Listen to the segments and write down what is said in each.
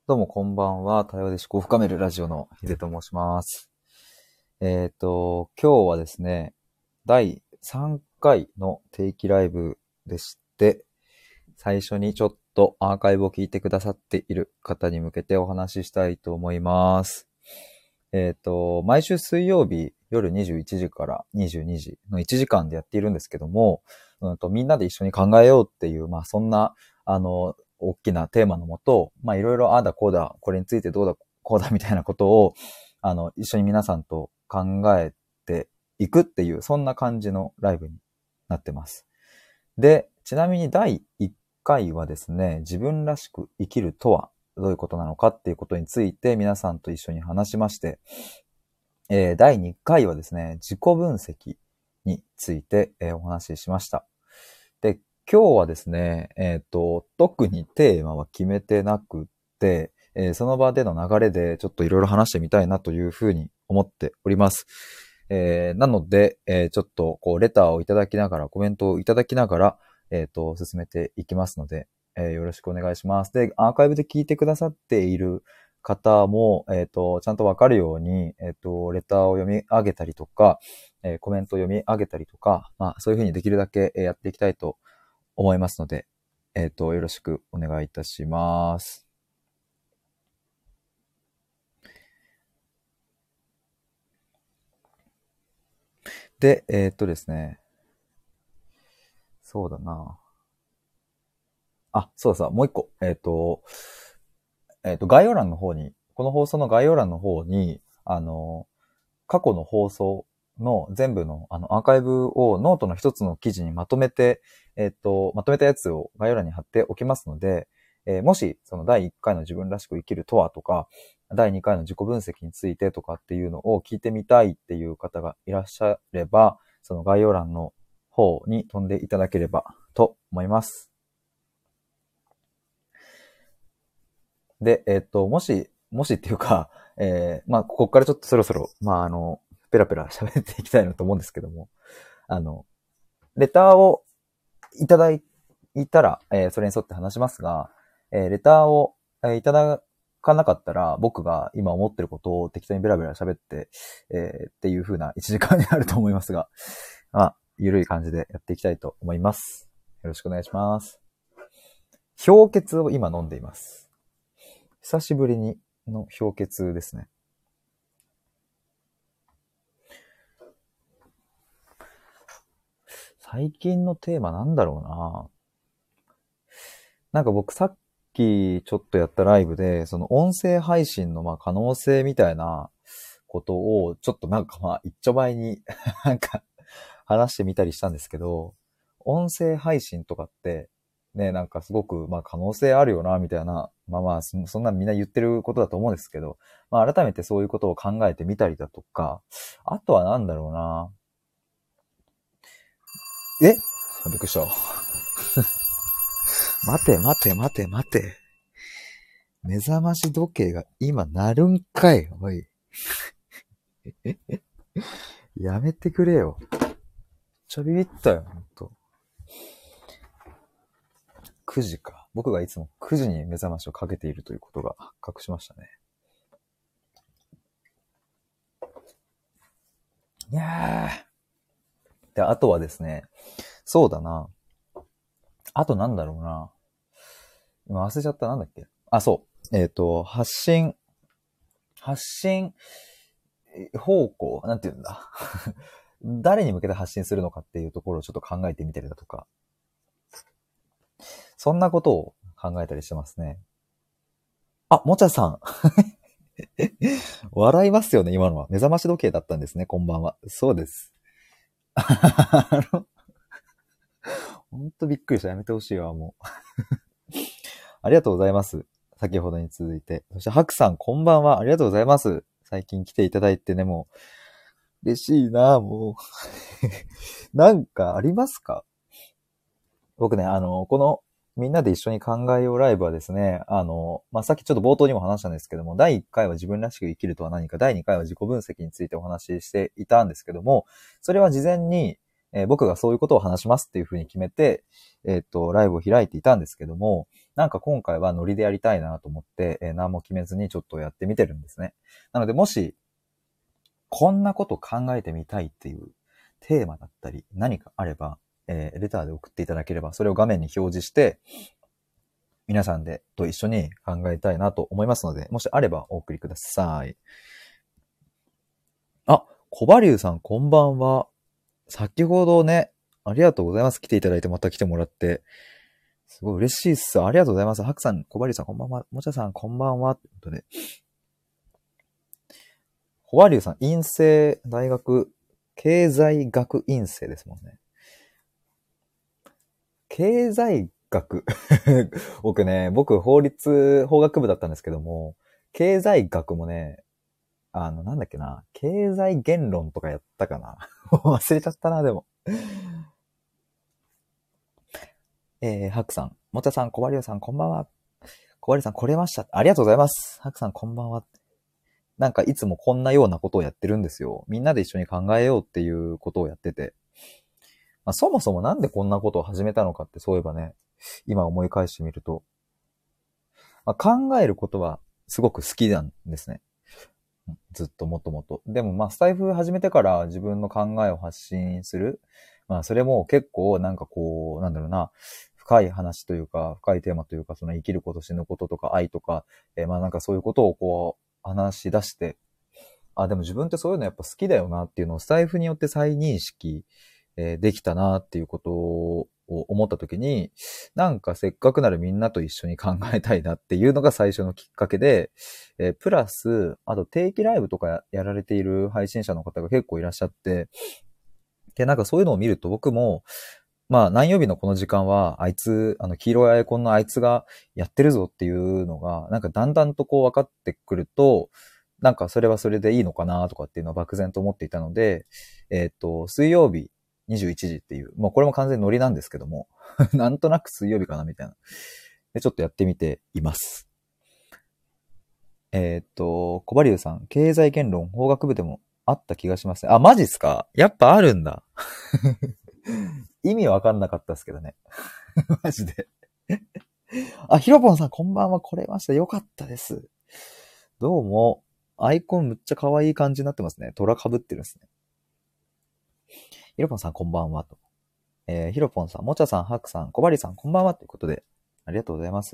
どうもこんばんは。対話で思考を深めるラジオのヒデと申します。今日はですね、第3回の定期ライブでして、最初にちょっとアーカイブを聞いてくださっている方に向けてお話ししたいと思います。毎週水曜日夜21時から22時の1時間でやっているんですけども、みんなで一緒に考えようっていう、そんな、大きなテーマのもと、いろいろああだこうだ、これについてどうだこうだみたいなことを、一緒に皆さんと考えていくっていう、そんな感じのライブになってます。で、ちなみに第1回はですね、自分らしく生きるとはどういうことなのかっていうことについて皆さんと一緒に話しまして、第2回はですね、自己分析について、お話ししました。で、今日はですね、特にテーマは決めてなくて、その場での流れでちょっといろいろ話してみたいなというふうに思っております。なので、ちょっとレターをいただきながら、コメントをいただきながら、進めていきますので、よろしくお願いします。で、アーカイブで聞いてくださっている方も、ちゃんとわかるように、レターを読み上げたりとか、コメントを読み上げたりとか、そういうふうにできるだけやっていきたいと思いますので、よろしくお願いいたします。で、ですね。そうだな。そうだ、もう一個。概要欄の方に、この放送の概要欄の方に、過去の放送の全部のアーカイブをノートの一つの記事にまとめて、まとめたやつを概要欄に貼っておきますので、もし、その第1回の自分らしく生きるとはとか、第2回の自己分析についてとかっていうのを聞いてみたいっていう方がいらっしゃれば、その概要欄の方に飛んでいただければと思います。で、もしっていうか、ここからちょっとそろそろ、ペラペラ喋っていきたいなと思うんですけども、レターをいただいたら、それに沿って話しますが、レターを、いただかなかったら、僕が今思ってることを適当にベラベラ喋って、っていう風な1時間になると思いますが、ゆるい感じでやっていきたいと思います。よろしくお願いします。氷結を今飲んでいます。久しぶりにの氷結ですね。最近のテーマなんだろうな。なんか僕さっきちょっとやったライブで、その音声配信の可能性みたいなことをちょっと一丁前になんか話してみたりしたんですけど、音声配信とかってね、なんかすごく可能性あるよな、みたいな、そんなみんな言ってることだと思うんですけど、改めてそういうことを考えてみたりだとか、あとはなんだろうな。びっくりした。待て。目覚まし時計が今鳴るんかい。おい。やめてくれよ。ちょびびったよ、ほんと。9時か。僕がいつも9時に目覚ましをかけているということが発覚しましたね。いやー。で、あとはですね、そうだな。あとなんだろうな。今忘れちゃった。なんだっけ。そう。発信方向、なんて言うんだ。誰に向けて発信するのかっていうところをちょっと考えてみたりだとか。そんなことを考えたりしてますね。もちゃさん。笑いますよね、今のは。目覚まし時計だったんですね、こんばんは。そうです。ほんとびっくりした。やめてほしいわ、もう。ありがとうございます。先ほどに続いて。そして、ハクさん、こんばんは。ありがとうございます。最近来ていただいてね、もう、嬉しいな、もう。なんかありますか？僕ね、この、みんなで一緒に考えようライブはですね、さっきちょっと冒頭にも話したんですけども、第1回は自分らしく生きるとは何か、第2回は自己分析についてお話ししていたんですけども、それは事前に、僕がそういうことを話しますっていうふうに決めて、ライブを開いていたんですけども、 なんか今回はノリでやりたいなと思って、何も決めずにちょっとやってみてるんですね。なのでもし、こんなこと考えてみたいっていうテーマだったり、何かあれば、レターで送っていただければ、それを画面に表示して、皆さんでと一緒に考えたいなと思いますので、もしあればお送りください。あ、小バリュウさんこんばんは。先ほどね、ありがとうございます。来ていただいて、また来てもらって。すごい嬉しいっす。ありがとうございます。ハクさん、小バリュウさんこんばんは。もちゃさんこんばんは。ということで。小バリュウさん、院生、大学、経済学院生ですもんね。経済学僕法学部だったんですけども、経済学もね、なんだっけな、経済言論とかやったかな忘れちゃったな、でも。ハクさん、もちゃさん、小バリュウさん、こんばんは。小バリュウさん、来れました。ありがとうございます。ハクさん、こんばんは。なんかいつもこんなようなことをやってるんですよ。みんなで一緒に考えようっていうことをやってて。まあ、そもそもなんでこんなことを始めたのかってそういえばね、今思い返してみると、まあ、考えることはすごく好きなんですね。ずっともともと。でもまあスタイフ始めてから自分の考えを発信する。まあそれも結構なんかこう、なんだろうな、深い話というか、深いテーマというか、その生きること、死ぬこととか愛とか、まあなんかそういうことをこう話し出して、あ、でも自分ってそういうのやっぱ好きだよなっていうのをスタイフによって再認識、できたなっていうことを思った時に、なんかせっかくならみんなと一緒に考えたいなっていうのが最初のきっかけで、プラス、あと定期ライブとかやられている配信者の方が結構いらっしゃって、で、なんかそういうのを見ると僕も、まあ何曜日のこの時間は、あいつ、黄色いアイコンのあいつがやってるぞっていうのが、なんかだんだんとこう分かってくると、なんかそれはそれでいいのかなとかっていうのは漠然と思っていたので、水曜日21時っていう、もうこれも完全にノリなんですけども、なんとなく水曜日かなみたいな。で、ちょっとやってみています。小バリュウさん、経済言論法学部でもあった気がしますね。あ、マジっすか？やっぱあるんだ。意味わかんなかったですけどね。マジで。あ、ヒロポンさんこんばんは。来れました。よかったです。どうも。アイコンむっちゃ可愛い感じになってますね。虎被ってるんですね。ヒロポンさんこんばんはと。ヒロポンさん、もちゃさん、ハクさん、小バリさんこんばんはということで、ありがとうございます。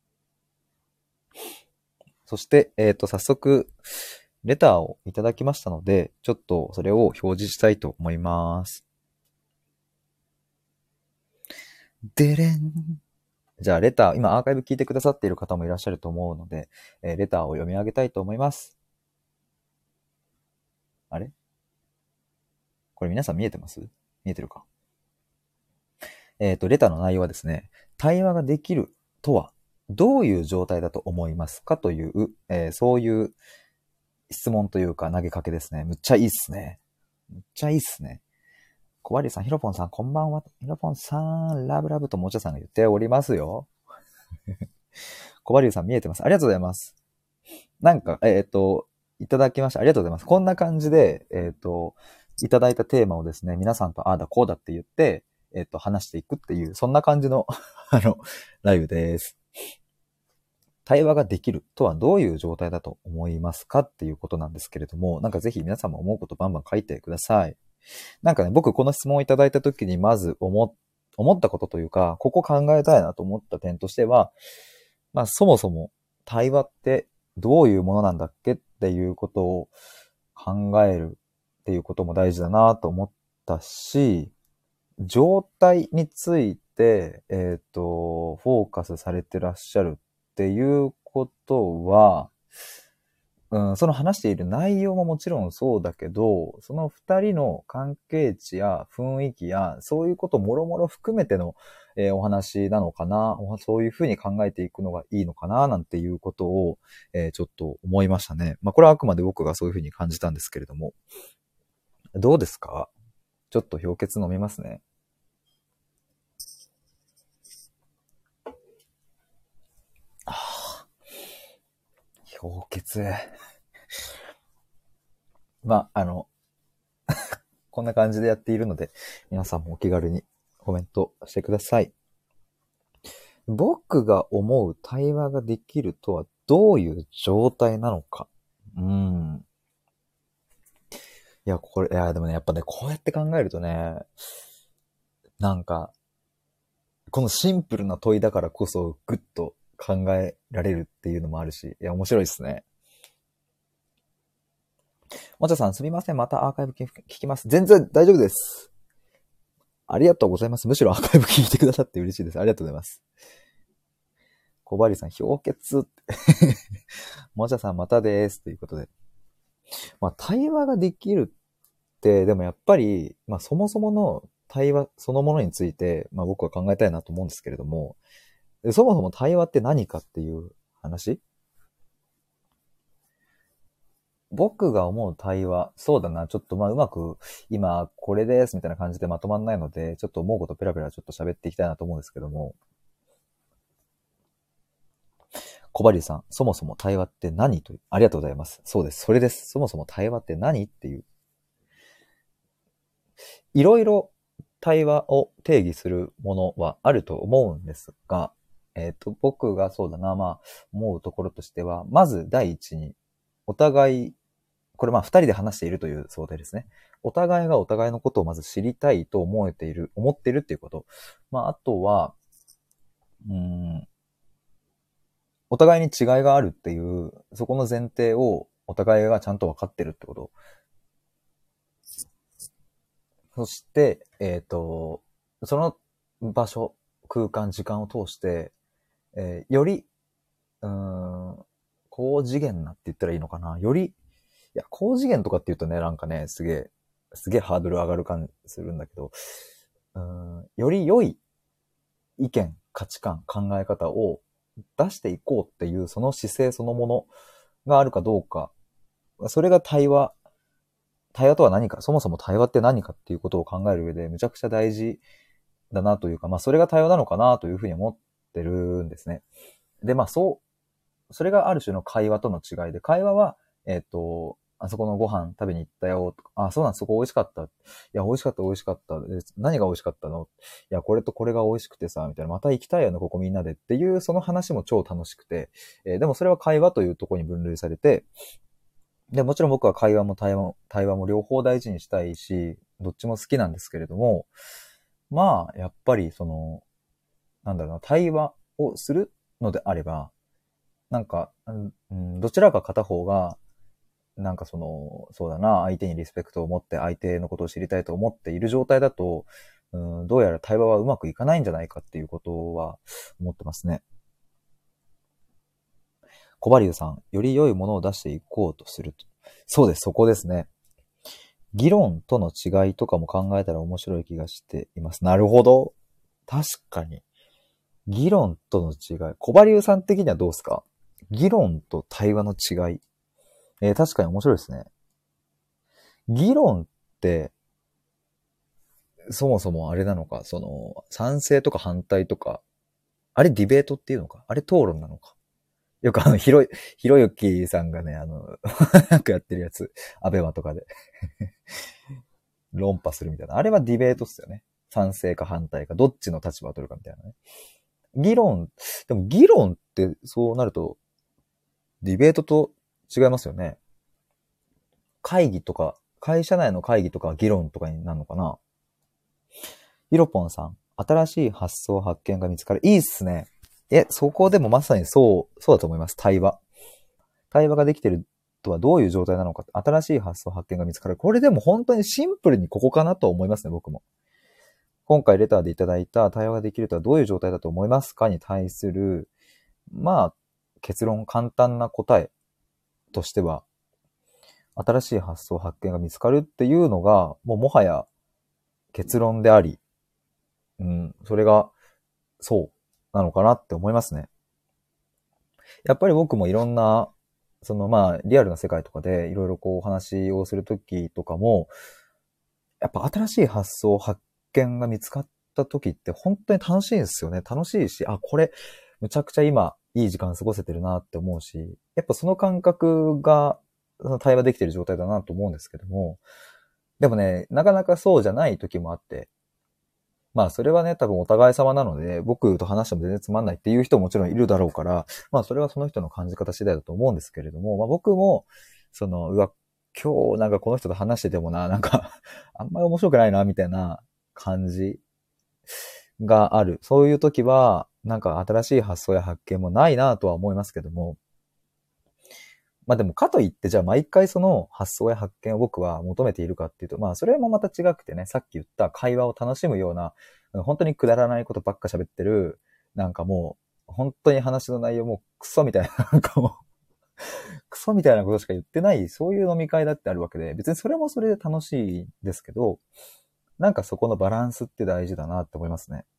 そして、早速、レターをいただきましたので、ちょっとそれを表示したいと思います。でれん。じゃあ、レター、今アーカイブ聞いてくださっている方もいらっしゃると思うので、レターを読み上げたいと思います。あれ？これ皆さん見えてます？見えてるか？レターの内容はですね、対話ができるとはどういう状態だと思いますかという、そういう質問というか投げかけですね。むっちゃいいっすね。むっちゃいいっすね。小割さん、ヒロポンさん、こんばんは。ヒロポンさん、ラブラブともちゃさんが言っておりますよ。小割さん見えてます。ありがとうございます。なんか、いただきました。ありがとうございます。こんな感じで、いただいたテーマをですね、皆さんとああだこうだって言って、話していくっていう、そんな感じのライブです。対話ができるとはどういう状態だと思いますかっていうことなんですけれども、なんかぜひ皆さんも思うことバンバン書いてください。なんかね、僕この質問をいただいた時にまず思ったことというか、ここ考えたいなと思った点としては、まあそもそも対話ってどういうものなんだっけっていうことを考えるっていうことも大事だなと思ったし、状態について、フォーカスされてらっしゃるっていうことは、その話している内容ももちろんそうだけど、その二人の関係値や雰囲気や、そういうこともろもろ含めての、お話なのかな、そういうふうに考えていくのがいいのかな、なんていうことを、ちょっと思いましたね。まあ、これはあくまで僕がそういうふうに感じたんですけれども。どうですか？ちょっと氷結飲みますね。氷結。まあ、こんな感じでやっているので、皆さんもお気軽にコメントしてください。 僕が思う対話ができるとはどういう状態なのか。いや、でもね、やっぱね、こうやって考えるとね、なんか、このシンプルな問いだからこそ、ぐっと考えられるっていうのもあるし、いや、面白いですね。もちゃさん、すみません。またアーカイブ聞きます。全然大丈夫です。ありがとうございます。むしろアーカイブ聞いてくださって嬉しいです。ありがとうございます。小針さん、氷結。もちゃさん、またです。ということで。まあ、対話ができるって、でもやっぱり、まあ、そもそもの対話そのものについて、まあ、僕は考えたいなと思うんですけれども、そもそも対話って何かっていう話。僕が思う対話、そうだな、ちょっとまあうまく今これですみたいな感じでまとまんないので、ちょっと思うことペラペラちょっと喋っていきたいなと思うんですけども、小針さん、そもそも対話って何という、ありがとうございます。そうです、それです。そもそも対話って何っていう、いろいろ対話を定義するものはあると思うんですが、僕がそうだな、まあ思うところとしては、まず第一に、お互いこれまあ二人で話しているという想定ですね。お互いがお互いのことをまず知りたいと思っているっていうこと。まああとは、うーん、お互いに違いがあるっていう、そこの前提をお互いがちゃんと分かってるってこと。そして、その場所、空間、時間を通して、より、うーん、高次元なって言ったらいいのかな。より、いや、高次元とかって言うとね、なんかね、すげえハードル上がる感じするんだけど、より良い意見、価値観、考え方を出していこうっていうその姿勢そのものがあるかどうか、それが対話とは何か、そもそも対話って何かっていうことを考える上でむちゃくちゃ大事だなというか、まあそれが対話なのかなというふうに思ってるんですね。で、まあそれがある種の会話との違いで、会話は、あそこのご飯食べに行ったよとか、あ、そうなん、そこ美味しかった。いや、美味しかった、美味しかった。で何が美味しかったの？いや、これとこれが美味しくてさ、みたいな。また行きたいよね、ここみんなでっていう、その話も超楽しくて、でもそれは会話というところに分類されて、で、もちろん僕は会話も対話も両方大事にしたいし、どっちも好きなんですけれども、まあ、やっぱりなんだろうな、対話をするのであれば、なんか、どちらか片方が、なんかそうだな、相手にリスペクトを持って相手のことを知りたいと思っている状態だと、どうやら対話はうまくいかないんじゃないかっていうことは思ってますね。小針さん、より良いものを出していこうとすると。そうです、そこですね。議論との違いとかも考えたら面白い気がしています。なるほど。確かに。議論との違い。小針さん的にはどうですか？議論と対話の違い。確かに面白いですね。議論って、そもそもあれなのか、賛成とか反対とか、あれディベートっていうのか、あれ討論なのか。よくひろゆきさんがね、なんかやってるやつ、アベマとかで論破するみたいな。あれはディベートっすよね。賛成か反対か、どっちの立場を取るかみたいなね。議論、でも議論ってそうなると、ディベートと違いますよね。会議とか、会社内の会議とか議論とかになるのかな。ヒロポンさん、新しい発想発見が見つかる。いいっすね。そこでもまさにそうだと思います。対話。対話ができてるとはどういう状態なのか。新しい発想発見が見つかる。これでも本当にシンプルにここかなと思いますね、僕も。今回レターでいただいた対話ができるとはどういう状態だと思いますかに対する、まあ、結論、簡単な答えとしては、新しい発想発見が見つかるっていうのが、もはや結論であり、それがそうなのかなって思いますね。やっぱり僕もいろんな、まあ、リアルな世界とかでいろいろこうお話をするときとかも、やっぱ新しい発想、発見が見つかったときって本当に楽しいんですよね。楽しいし、これ、むちゃくちゃ今、いい時間過ごせてるなって思うし、やっぱその感覚が、対話できてる状態だなと思うんですけども、でもね、なかなかそうじゃない時もあって、 まあそれはね、多分お互い様なので、僕と話しても全然つまんないっていう人ももちろんいるだろうから、まあそれはその人の感じ方次第だと思うんですけれども、まあ僕も、うわ、今日なんかこの人と話しててもな、なんかあんまり面白くないな、みたいな感じがある。そういう時は、なんか新しい発想や発見もないなとは思いますけども、まあでもかといって、じゃあ毎回その発想や発見を僕は求めているかっていうと、まあそれもまた違くてね、さっき言った会話を楽しむような、本当にくだらないことばっか喋ってる、なんかもう、本当に話の内容もクソみたいな、なんかもう、クソみたいなことしか言ってない、そういう飲み会だってあるわけで、別にそれもそれで楽しいんですけど、なんかそこのバランスって大事だなって思いますね。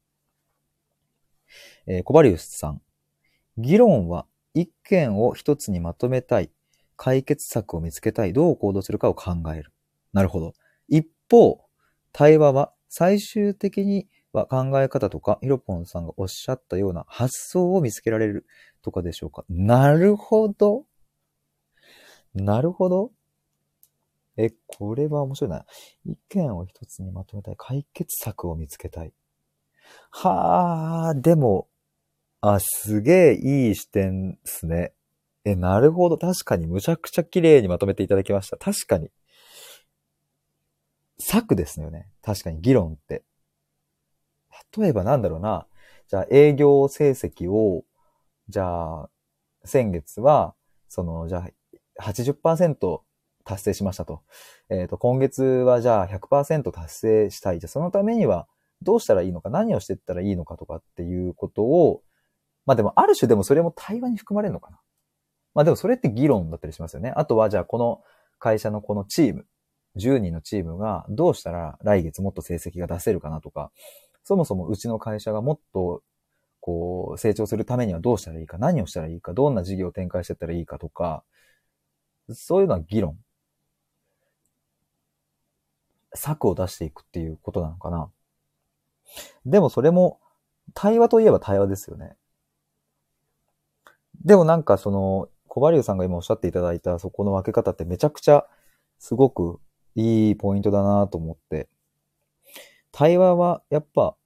コバリウスさん。議論は一件を一つにまとめたい。解決策を見つけたい。どう行動するかを考える。なるほど。一方、対話は最終的には考え方とか、ヒロポンさんがおっしゃったような発想を見つけられるとかでしょうか。なるほど。なるほど。これは面白いな。意見を一つにまとめたい。解決策を見つけたい。はあ、でも、すげえいい視点ですね。なるほど。確かにむちゃくちゃ綺麗にまとめていただきました。確かに。策ですよね。確かに議論って。例えばなんだろうな。じゃあ営業成績を、じゃあ先月は、じゃあ80% 達成しましたと。今月はじゃあ100% 達成したい。じゃあそのためにはどうしたらいいのか、何をしていったらいいのかとかっていうことを、まあでもある種でもそれも対話に含まれるのかな。まあでもそれって議論だったりしますよね。あとはじゃあこの会社のこのチーム、10人のチームがどうしたら来月もっと成績が出せるかなとか、そもそもうちの会社がもっとこう成長するためにはどうしたらいいか、何をしたらいいか、どんな事業を展開していったらいいかとか、そういうのは議論。策を出していくっていうことなのかな。でもそれも対話といえば対話ですよね。でもなんか小バリューさんが今おっしゃっていただいたそこの分け方ってめちゃくちゃすごくいいポイントだなと思って。対話はやっぱ、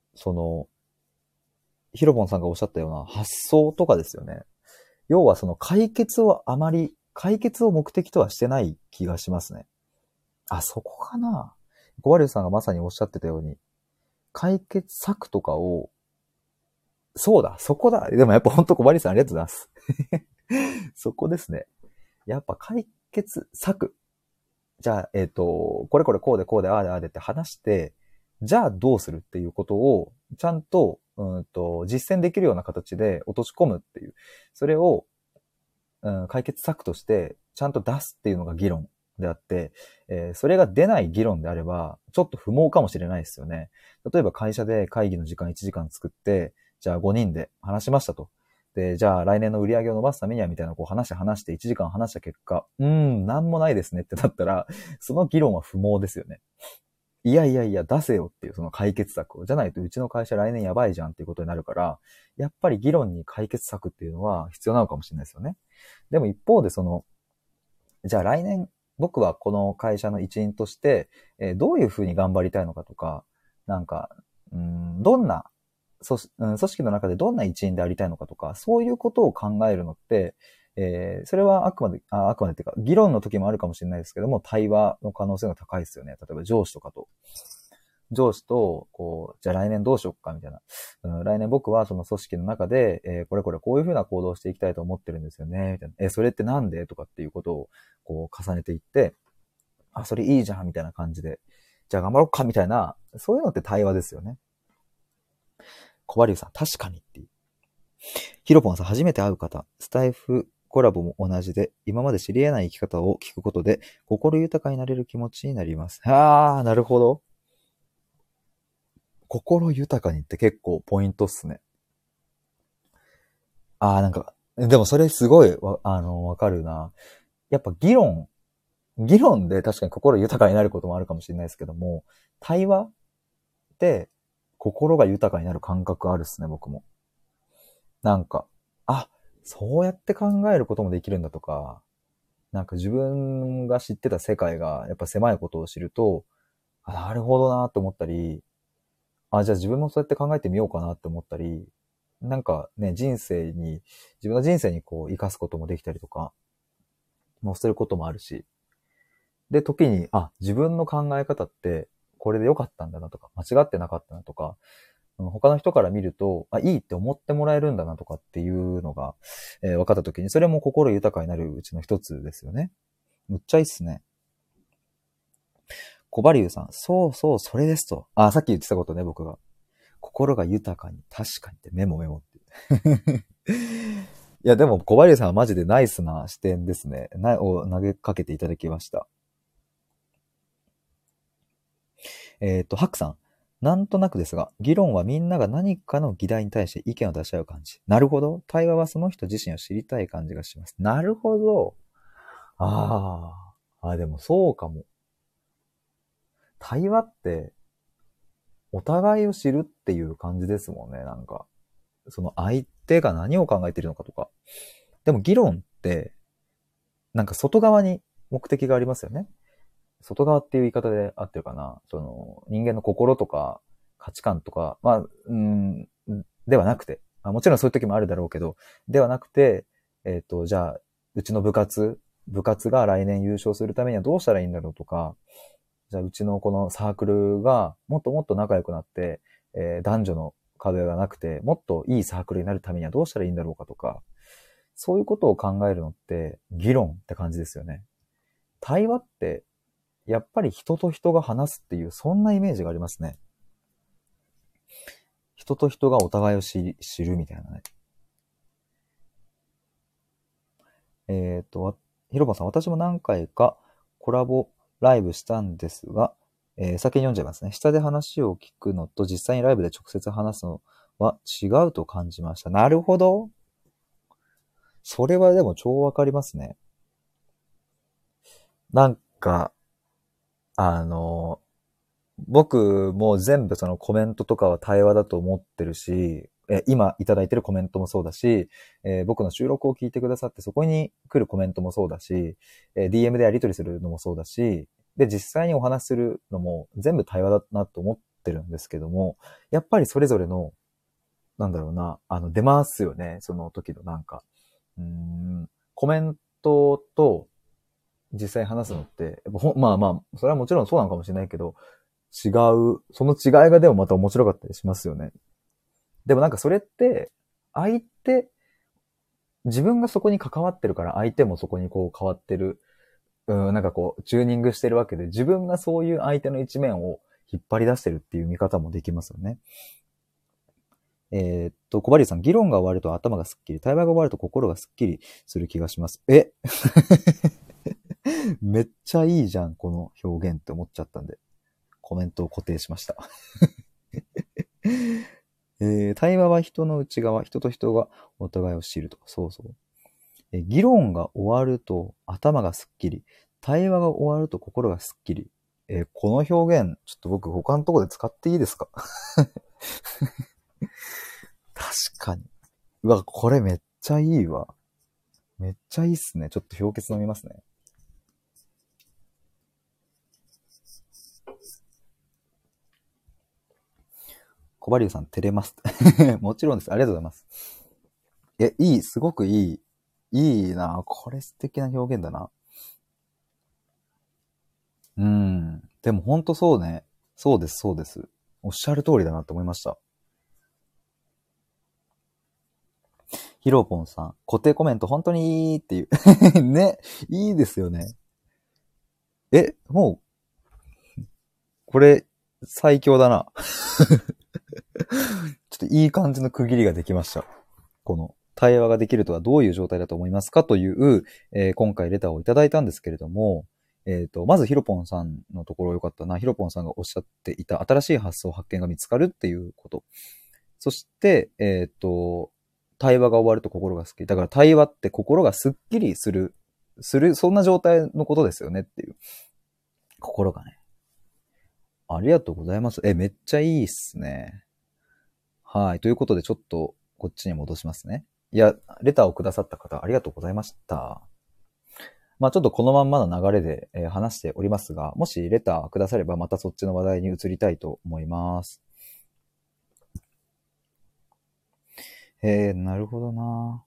ヒロポンさんがおっしゃったような発想とかですよね。要は解決を目的とはしてない気がしますね。そこかな。小バリューさんがまさにおっしゃってたように、解決策とかを、そうだ、そこだ。でもやっぱほんと小バリューさんありがとうございます。そこですね。やっぱ解決策。じゃあ、これこれこうでこうでああでああでって話して、じゃあどうするっていうことを、ちゃんと、実践できるような形で落とし込むっていう。それを、解決策として、ちゃんと出すっていうのが議論であって、それが出ない議論であれば、ちょっと不毛かもしれないですよね。例えば会社で会議の時間1時間作って、じゃあ5人で話しましたと。で、じゃあ来年の売り上げを伸ばすためにはみたいなこう話して1時間話した結果、なんもないですねってなったら、その議論は不毛ですよね。いやいやいや、出せよっていうその解決策を。じゃないとうちの会社来年やばいじゃんっていうことになるから、やっぱり議論に解決策っていうのは必要なのかもしれないですよね。でも一方でじゃあ来年僕はこの会社の一員として、どういうふうに頑張りたいのかとか、なんか、どんな組織の中でどんな一員でありたいのかとか、そういうことを考えるのって、それはあくまでっていうか、議論の時もあるかもしれないですけども、対話の可能性が高いですよね。例えば上司とかと。上司と、じゃあ来年どうしよっか、みたいな。来年僕はその組織の中で、これこれこういうふうな行動をしていきたいと思ってるんですよね、みたいな。それってなんでとかっていうことを、重ねていって、それいいじゃん、みたいな感じで。じゃあ頑張ろっか、みたいな、そういうのって対話ですよね。小バリューさん、確かにっていう。ヒロポンさん、初めて会う方、スタイフコラボも同じで、今まで知り得ない生き方を聞くことで、心豊かになれる気持ちになります。なるほど。心豊かにって結構ポイントっすね。なんか、でもそれすごいわかるな。やっぱ議論で確かに心豊かになることもあるかもしれないですけども、対話って心が豊かになる感覚あるっすね、僕も。なんか、そうやって考えることもできるんだとか、なんか自分が知ってた世界がやっぱ狭いことを知ると、なるほどなと思ったり、 じゃあ自分もそうやって考えてみようかなって思ったり、なんかね、自分の人生にこう活かすこともできたりとか、もうすることもあるし、で、時に、自分の考え方って、これで良かったんだなとか、間違ってなかったなとか、他の人から見ると、いいって思ってもらえるんだなとかっていうのが、分かった時に、それも心豊かになるうちの一つですよね。むっちゃいいっすね。小バリューさん、そうそう、それですと。さっき言ってたことね、僕が。心が豊かに、確かにってメモメモって。いや、でも小バリューさんはマジでナイスな視点ですね。を投げかけていただきました。ハックさん。なんとなくですが、議論はみんなが何かの議題に対して意見を出し合う感じ。なるほど。対話はその人自身を知りたい感じがします。なるほど。でもそうかも。対話って、お互いを知るっていう感じですもんね、なんか。その相手が何を考えているのかとか。でも議論って、なんか外側に目的がありますよね。外側っていう言い方で合ってるかな。その人間の心とか価値観とか、ではなくて、もちろんそういう時もあるだろうけど、ではなくて、じゃあ、うちの部活が来年優勝するためにはどうしたらいいんだろうとか、じゃあうちのこのサークルがもっともっと仲良くなって、男女の壁がなくて、もっといいサークルになるためにはどうしたらいいんだろうかとか、そういうことを考えるのって議論って感じですよね。対話ってやっぱり人と人が話すっていう、そんなイメージがありますね。人と人がお互いを知るみたいなね。ひろばさん、私も何回かコラボライブしたんですが、先に読んじゃいますね。下で話を聞くのと実際にライブで直接話すのは違うと感じました。なるほど。それはでも超わかりますね。なんか、あの、僕も全部そのコメントとかは対話だと思ってるし、今いただいてるコメントもそうだし、僕の収録を聞いてくださってそこに来るコメントもそうだし、DM でやり取りするのもそうだし、で、実際にお話しするのも全部対話だなと思ってるんですけども、やっぱりそれぞれの、なんだろうな、出ますよね、その時のなんか。コメントと実際話すのって、やっぱそれはもちろんそうなのかもしれないけど、違その違いがでもまた面白かったりしますよね。でもなんかそれって、相手、自分がそこに関わってるから相手もそこにこう変わってる、なんかこう、チューニングしてるわけで、自分がそういう相手の一面を引っ張り出してるっていう見方もできますよね。小針さん、議論が終わると頭がスッキリ、対話が終わると心がスッキリする気がします。めっちゃいいじゃん、この表現って思っちゃったんで、コメントを固定しました。対話は人の内側、人と人がお互いを知ると。そうそう。議論が終わると頭がスッキリ。対話が終わると心がスッキリ。この表現、ちょっと僕他のところで使っていいですか？確かに。うわ、これめっちゃいいわ。めっちゃいいっすね。ちょっと氷結飲みますね。小バリューさん、照れます。もちろんです。ありがとうございます。いい、すごくいい。いいな。これ素敵な表現だな。でもほんとそうね。そうです、そうです。おっしゃる通りだなと思いました。ヒロポンさん、固定コメント本当にいいっていう。ね、いいですよね。もう、これ、最強だな。ちょっといい感じの区切りができました。この、対話ができるとはどういう状態だと思いますかという、今回レターをいただいたんですけれども、まずヒロポンさんのところ良かったな。ヒロポンさんがおっしゃっていた新しい発想、発見が見つかるっていうこと。そして、対話が終わると心がスッキリ。だから対話って心がスッキリする、そんな状態のことですよねっていう。心がね。ありがとうございます。めっちゃいいっすね。はい。ということで、ちょっと、こっちに戻しますね。いや、レターをくださった方、ありがとうございました。ちょっとこのまんまの流れで、話しておりますが、もしレターくだされば、またそっちの話題に移りたいと思います。 へえ、なるほどな。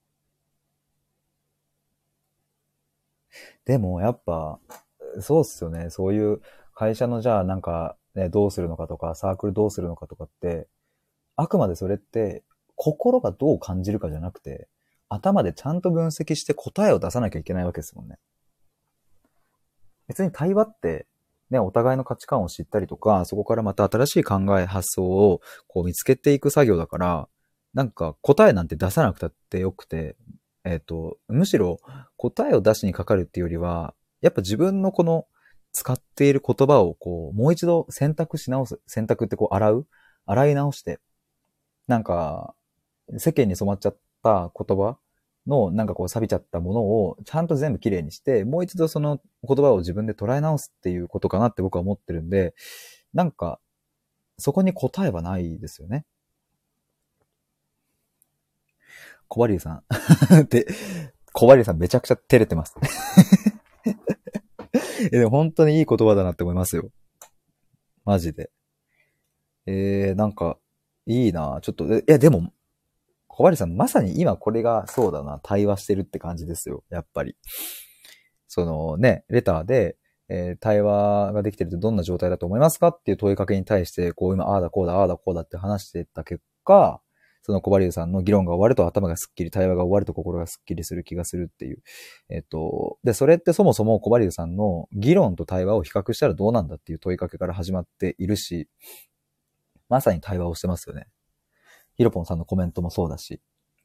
でも、やっぱ、そうっすよね。そういう会社のじゃあなんか、ね、どうするのかとか、サークルどうするのかとかって、あくまでそれって、心がどう感じるかじゃなくて、頭でちゃんと分析して答えを出さなきゃいけないわけですもんね。別に対話って、ね、お互いの価値観を知ったりとか、そこからまた新しい考え、発想をこう見つけていく作業だから、なんか答えなんて出さなくたってよくて、むしろ答えを出しにかかるっていうよりは、やっぱ自分のこの使っている言葉をこう、もう一度選択し直す。選択ってこう洗い直して、なんか、世間に染まっちゃった言葉の、なんかこう錆びちゃったものをちゃんと全部きれいにして、もう一度その言葉を自分で捉え直すっていうことかなって僕は思ってるんで、なんか、そこに答えはないですよね。小バリューさん。で、小バリューさんめちゃくちゃ照れてます。でも本当にいい言葉だなって思いますよ。マジで。なんか、いいなちょっと、でも、小針さん、まさに今これがそうだな、対話してるって感じですよ、やっぱり。そのね、レターで、対話ができてるとどんな状態だと思いますかっていう問いかけに対して、こう今、ああだこうだ、ああだこうだって話してた結果、その小針さんの議論が終わると頭がスッキリ、対話が終わると心がスッキリする気がするっていう。で、それってそもそも小針さんの議論と対話を比較したらどうなんだっていう問いかけから始まっているし、まさに対話をしてますよね。ヒロポンさんのコメントもそうだし。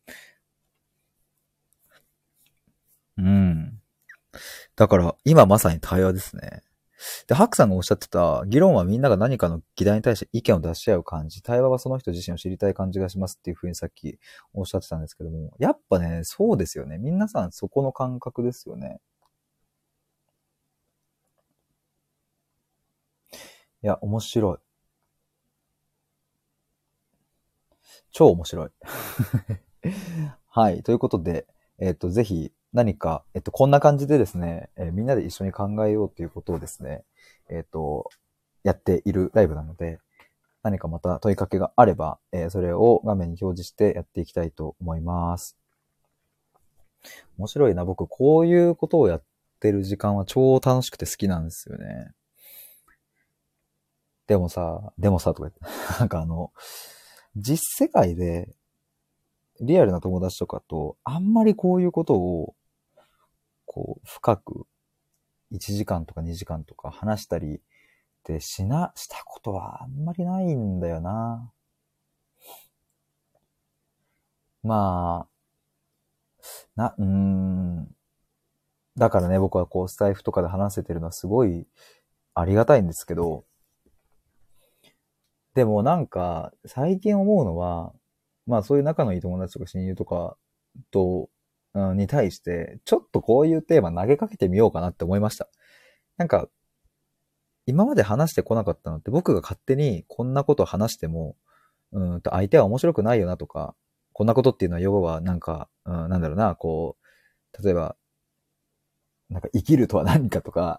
うん。だから、今まさに対話ですね。で、ハクさんがおっしゃってた、議論はみんなが何かの議題に対して意見を出し合う感じ、対話はその人自身を知りたい感じがしますっていうふうにさっきおっしゃってたんですけども、やっぱね、そうですよね。皆さんそこの感覚ですよね。いや、面白い。超面白い。はい。ということで、ぜひ何か、こんな感じでですね、みんなで一緒に考えようということをですね、やっているライブなので、何かまた問いかけがあれば、それを画面に表示してやっていきたいと思います。面白いな。僕、こういうことをやってる時間は超楽しくて好きなんですよね。でもさ、とか言って、なんか実世界でリアルな友達とかと、あんまりこういうことを、こう、深く1時間とか2時間とか話したりってしたことはあんまりないんだよな。まうーん。だからね、僕はこう、スタイフとかで話せてるのはすごいありがたいんですけど、でもなんか、最近思うのは、まあそういう仲のいい友達とか親友とかと、に対して、ちょっとこういうテーマ投げかけてみようかなって思いました。なんか、今まで話してこなかったのって僕が勝手にこんなこと話しても、相手は面白くないよなとか、こんなことっていうのは要はなんか、なんだろうな、こう、例えば、なんか生きるとは何かとか、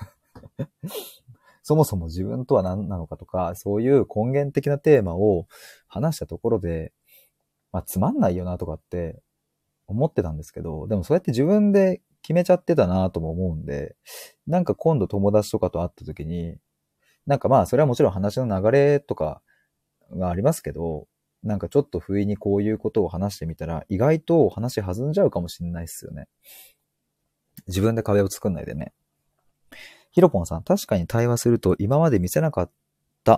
そもそも自分とは何なのかとか、そういう根源的なテーマを話したところで、まあつまんないよなとかって思ってたんですけど、でもそうやって自分で決めちゃってたなとも思うんで、なんか今度友達とかと会った時に、なんかまあそれはもちろん話の流れとかがありますけど、なんかちょっと不意にこういうことを話してみたら、意外と話弾んじゃうかもしれないですよね。自分で壁を作んないでね。ヒロポンさん、確かに対話すると今まで見せなかった、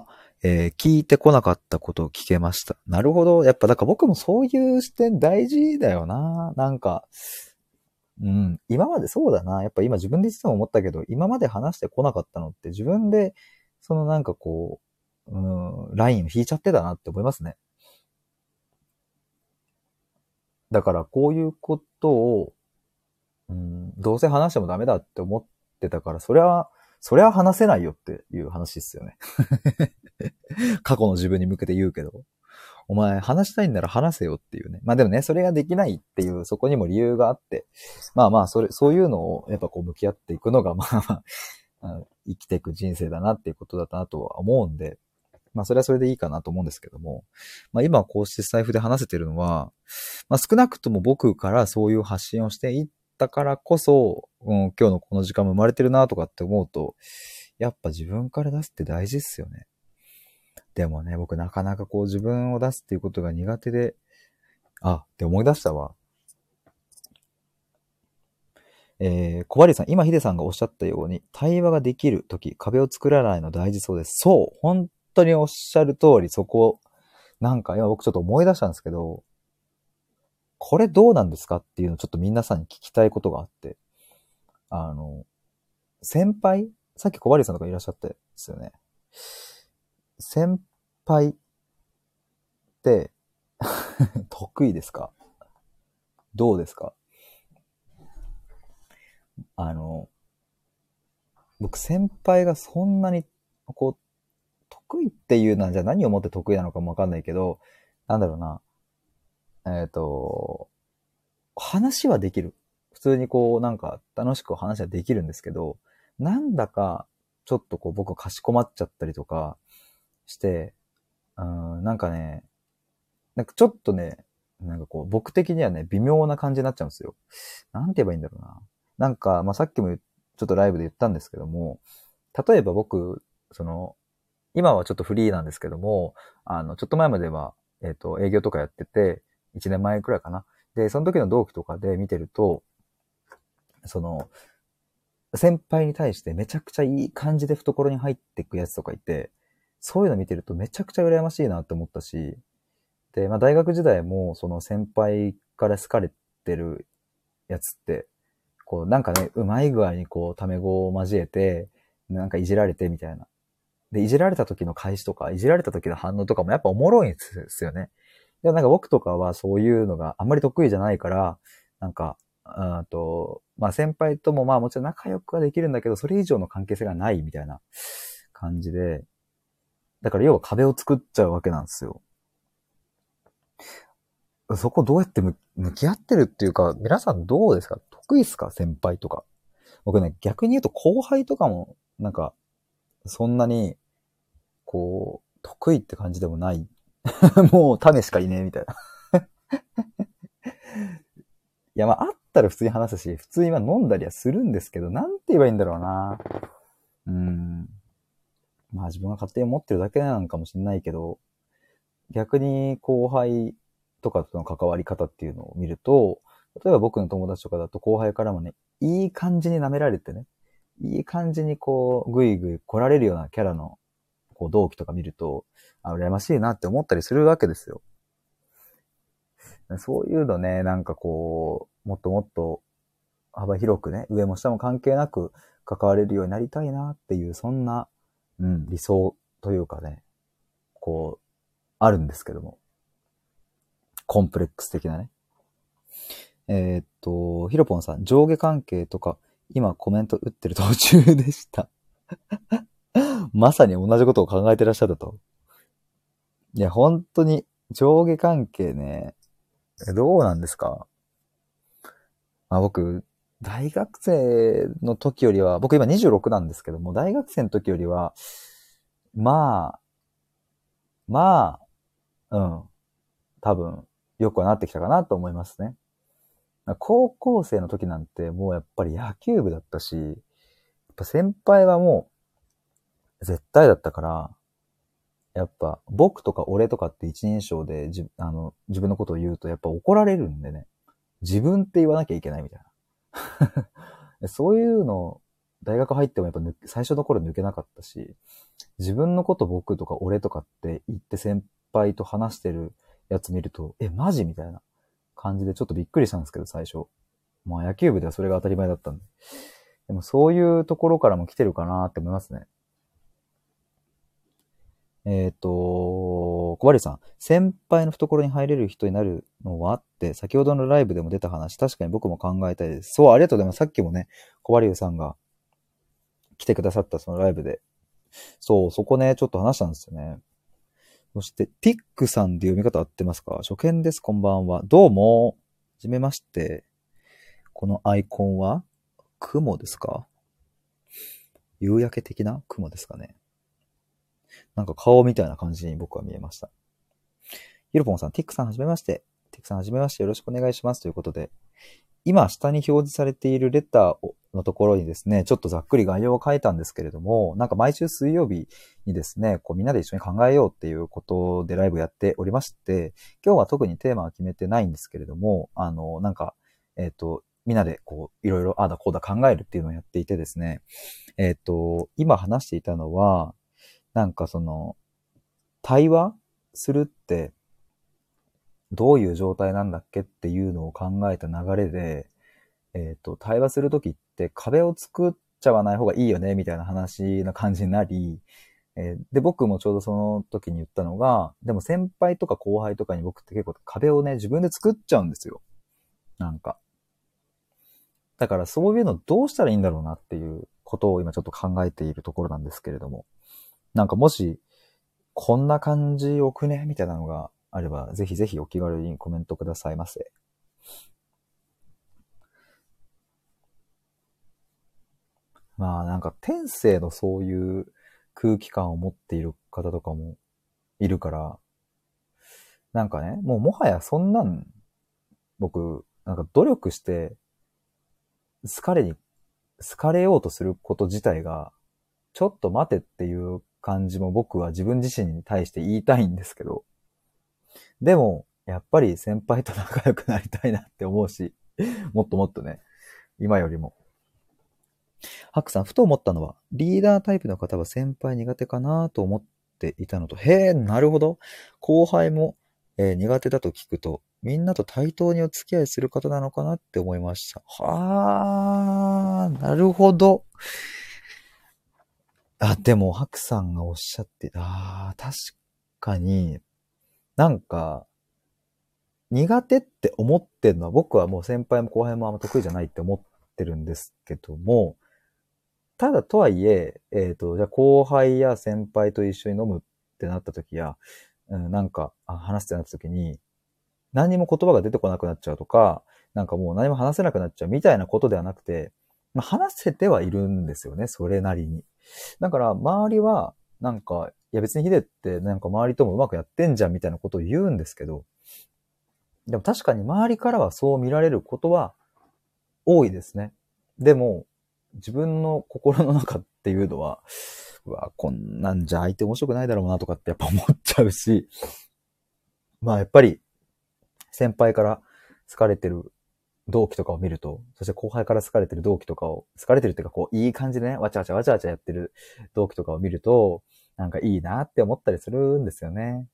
聞いてこなかったことを聞けました。なるほど。やっぱ、だから僕もそういう視点大事だよな。なんか、うん、今までそうだな。やっぱ今自分で言っても思ったけど、今まで話してこなかったのって自分で、そのなんかこう、ラインを引いちゃってたなって思いますね。だからこういうことを、どうせ話してもダメだって思ってたから、そりゃ話せないよっていう話ですよね。過去の自分に向けて言うけど。お前話したいんなら話せよっていうね。まあでもね、それができないっていう、そこにも理由があって、まあまあ、そういうのをやっぱこう向き合っていくのが、まあまあ、生きていく人生だなっていうことだったなとは思うんで、 まあそれはそれでいいかなと思うんですけども、まあ今こうしてスタイフで話せてるのは、まあ少なくとも僕からそういう発信をしていったからこそ、今日のこの時間も生まれてるなとかって思うと、やっぱ自分から出すって大事っすよね。でもね、僕なかなかこう自分を出すっていうことが苦手で、って思い出したわ。小針さん、今ヒデさんがおっしゃったように、対話ができるとき、壁を作らないの大事そうです。そう、本当におっしゃる通り、そこ、なんか今僕ちょっと思い出したんですけど、これどうなんですかっていうのをちょっと皆さんに聞きたいことがあって、あの、先輩さっき小針さんとかいらっしゃったですよね。先輩って得意ですか？どうですか？あの、僕先輩がそんなに、こう、得意っていうのはじゃあ何をもって得意なのかもわかんないけど、なんだろうな。えっ、と、話はできる。普通にこう、なんか楽しく話はできるんですけど、なんだか、ちょっとこう僕かしこまっちゃったりとかして、なんかね、なんかちょっとね、なんかこう僕的にはね、微妙な感じになっちゃうんですよ。なんて言えばいいんだろうな。なんか、まあ、さっきもちょっとライブで言ったんですけども、例えば僕、今はちょっとフリーなんですけども、ちょっと前までは、営業とかやってて、1年前くらいかな。で、その時の同期とかで見てると、その、先輩に対してめちゃくちゃいい感じで懐に入っていくやつとかいて、そういうの見てるとめちゃくちゃ羨ましいなって思ったし、で、まあ大学時代もその先輩から好かれてるやつって、こうなんかね、うまい具合にこうタメ語を交えて、なんかいじられてみたいな。で、いじられた時の返しとか、いじられた時の反応とかもやっぱおもろいんですよね。でもなんか僕とかはそういうのがあんまり得意じゃないから、なんか、まあ先輩ともまあもちろん仲良くはできるんだけど、それ以上の関係性がないみたいな感じで、だから要は壁を作っちゃうわけなんですよ。そこどうやって向き合ってるっていうか、皆さんどうですか？得意ですか？先輩とか。僕ね、逆に言うと後輩とかも、なんか、そんなに、こう、得意って感じでもない。もう種しかいねえみたいな。いや、まあ、あったら普通に話すし、普通に飲んだりはするんですけど、なんて言えばいいんだろうな。まあ自分が勝手に思ってるだけなのかもしれないけど、逆に後輩とかとの関わり方っていうのを見ると、例えば僕の友達とかだと後輩からもね、いい感じに舐められてね、いい感じにこう、ぐいぐい来られるようなキャラのこう同期とか見ると、羨ましいなって思ったりするわけですよ。そういうのね、なんかこう、もっともっと幅広くね、上も下も関係なく関われるようになりたいなっていう、そんな、理想というかね、こう、あるんですけども。コンプレックス的なね。ヒロポンさん、上下関係とか、今コメント打ってる途中でした。まさに同じことを考えてらっしゃったと。いや、本当に、上下関係ね、どうなんですか？まあ僕、大学生の時よりは、僕今26なんですけども、大学生の時よりは、まあ、ま多分、よくはなってきたかなと思いますね。高校生の時なんてもうやっぱり野球部だったし、やっぱ先輩はもう絶対だったから、やっぱ僕とか俺とかって一人称で自分のことを言うとやっぱ怒られるんでね。自分って言わなきゃいけないみたいな。そういうの、大学入ってもやっぱ最初の頃抜けなかったし、自分のこと僕とか俺とかって言って先輩と話してるやつ見ると、マジみたいな感じでちょっとびっくりしたんですけど、最初。まあ野球部ではそれが当たり前だったんで。でもそういうところからも来てるかなって思いますね。小針さん。先輩の懐に入れる人になるのはって、先ほどのライブでも出た話、確かに僕も考えたいです。そう、ありがとうございます。さっきもね、小針さんが来てくださったそのライブで。そう、そこね、ちょっと話したんですよね。そして、ピックさんで読み方合ってますか？初見です、こんばんは。どうも。はじめまして。このアイコンは雲ですか？夕焼け的な雲ですかね。 なんか顔みたいな感じに僕は見えました。ゆるぽんさん、ティックさんはじめまして。ティックさんはじめまして。よろしくお願いします。ということで、今下に表示されているレターのところにですね、ちょっとざっくり概要を書いたんですけれども、なんか毎週水曜日にですね、こうみんなで一緒に考えようっていうことでライブやっておりまして、今日は特にテーマは決めてないんですけれども、なんか、みんなでこういろいろああだこうだ考えるっていうのをやっていてですね、今話していたのは、なんかその、対話するってどういう状態なんだっけっていうのを考えた流れで、対話するときって壁を作っちゃわない方がいいよね、みたいな話な感じになり、で、僕もちょうどその時に言ったのが、でも先輩とか後輩とかに僕って結構壁をね、自分で作っちゃうんですよ。なんか。だからそういうのどうしたらいいんだろうなっていうことを今ちょっと考えているところなんですけれども。なんかもし、こんな感じよくねみたいなのがあれば、ぜひぜひお気軽にコメントくださいませ。まあなんか天性のそういう空気感を持っている方とかもいるから、なんかね、もはやそんなん僕、なんか努力して好かれに、好かれようとすること自体が、ちょっと待てっていう感じも僕は自分自身に対して言いたいんですけど、でも、やっぱり先輩と仲良くなりたいなって思うし、もっともっとね、今よりも。ハックさん、ふと思ったのは、リーダータイプの方は先輩苦手かなと思っていたのと、へえ、なるほど。後輩も、苦手だと聞くと、みんなと対等にお付き合いする方なのかなって思いました。はあ、なるほど。あ、でも、ハクさんがおっしゃって、確かに、なんか、苦手って思ってるのは、僕はもう先輩も後輩もあんま得意じゃないって思ってるんですけども、ただとはいえ、じゃあ後輩や先輩と一緒に飲むってなった時や、なんか、話すってなった時に、何にも言葉が出てこなくなっちゃうとか、なんかもう何も話せなくなっちゃうみたいなことではなくて、まあ、話せてはいるんですよね、それなりに。だから、周りは、なんか、いや別にヒデってなんか周りともうまくやってんじゃんみたいなことを言うんですけど、でも確かに周りからはそう見られることは多いですね。でも、自分の心の中っていうのは、うわ、こんなんじゃ相手面白くないだろうなとかってやっぱ思っちゃうし、まあやっぱり先輩から好かれてる同期とかを見ると、そして後輩から好かれてる同期とかを、好かれてるっていうかこういい感じでね、わちゃわちゃわちゃわちゃやってる同期とかを見ると、なんかいいなって思ったりするんですよね。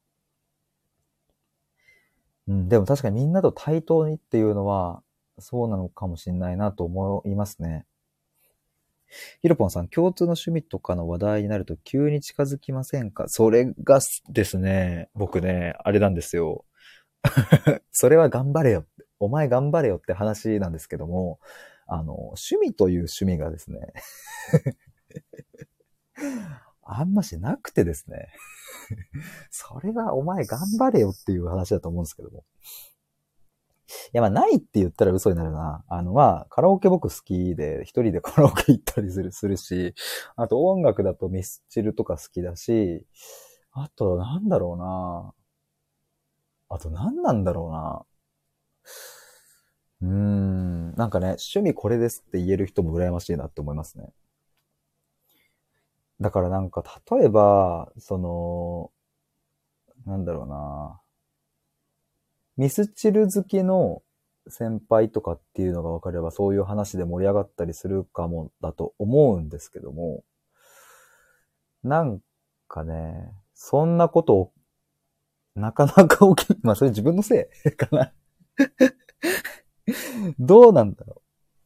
うん、でも確かにみんなと対等にっていうのは、そうなのかもしれないなと思いますね。ヒロポンさん、共通の趣味とかの話題になると急に近づきませんか？それがですね、僕ね、あれなんですよ。それは頑張れよって、お前頑張れよって話なんですけども、趣味という趣味がですね、あんましなくてですね、それはお前頑張れよっていう話だと思うんですけども。いや、まあ、ないって言ったら嘘になるな。カラオケ僕好きで、一人でカラオケ行ったりするし、あと音楽だとミスチルとか好きだし、あと、なんだろうな。あと、なんなんだろうな。なんかね、趣味これですって言える人も羨ましいなって思いますね。だからなんか、例えば、なんだろうな。ミスチル好きの先輩とかっていうのが分かれば、そういう話で盛り上がったりするかもだと思うんですけども、なんかね、そんなことをなかなか起き、まあそれ自分のせいかな。どうなんだろ